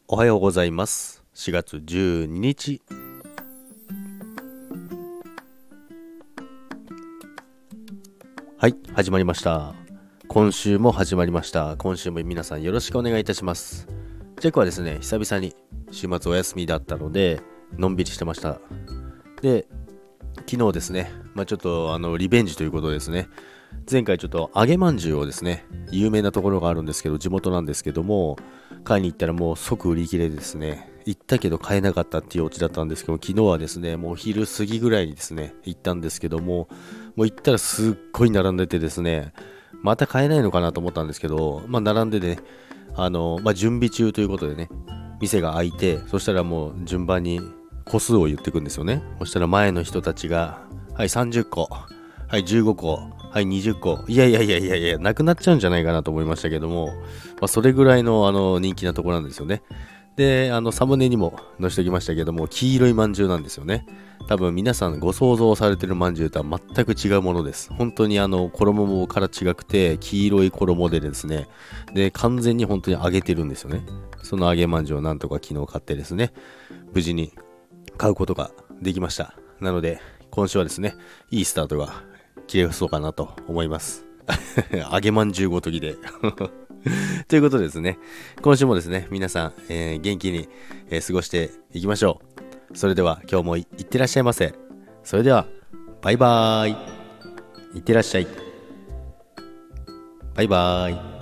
おはようございます。4月12日。はい、始まりました。今週も始まりました。今週も皆さんよろしくお願いいたします。チェコはですね、久々に週末お休みだったので、のんびりしてました。で、昨日ですね、ちょっとリベンジということですね。前回ちょっと揚げまんじゅうをですね、有名なところがあるんですけど、地元なんですけども、買いに行ったらもう即売り切れでですね、行ったけど買えなかったっていうオチだったんですけど、昨日はですね、もう昼過ぎぐらいにですね、行ったんですけども、もう行ったらすっごい並んでてですね、また買えないのかなと思ったんですけど、並んでね、準備中ということでね、店が開いて、そしたらもう順番に個数を言っていくんですよね。そしたら前の人たちが、はい、30個、はい、15個、はい、20個。いやいやいやいやいや、なくなっちゃうんじゃないかなと思いましたけども、それぐらいの人気なところなんですよね。で、サムネにも載せておきましたけども、黄色いまんじゅうなんですよね。多分皆さんご想像されてるまんじゅうとは全く違うものです。本当に衣もから違くて、黄色い衣でですね、で、完全に本当に揚げてるんですよね。その揚げまんじゅうをなんとか昨日買ってですね、無事に買うことができました。なので、今週はですね、いいスタートが切れそうかなと思います。揚げまんじゅうごときで。ということでですね、今週もですね、皆さん、元気に、過ごしていきましょう。それでは今日もいってらっしゃいませ。それでは、バイバーイ。いってらっしゃい。バイバーイ。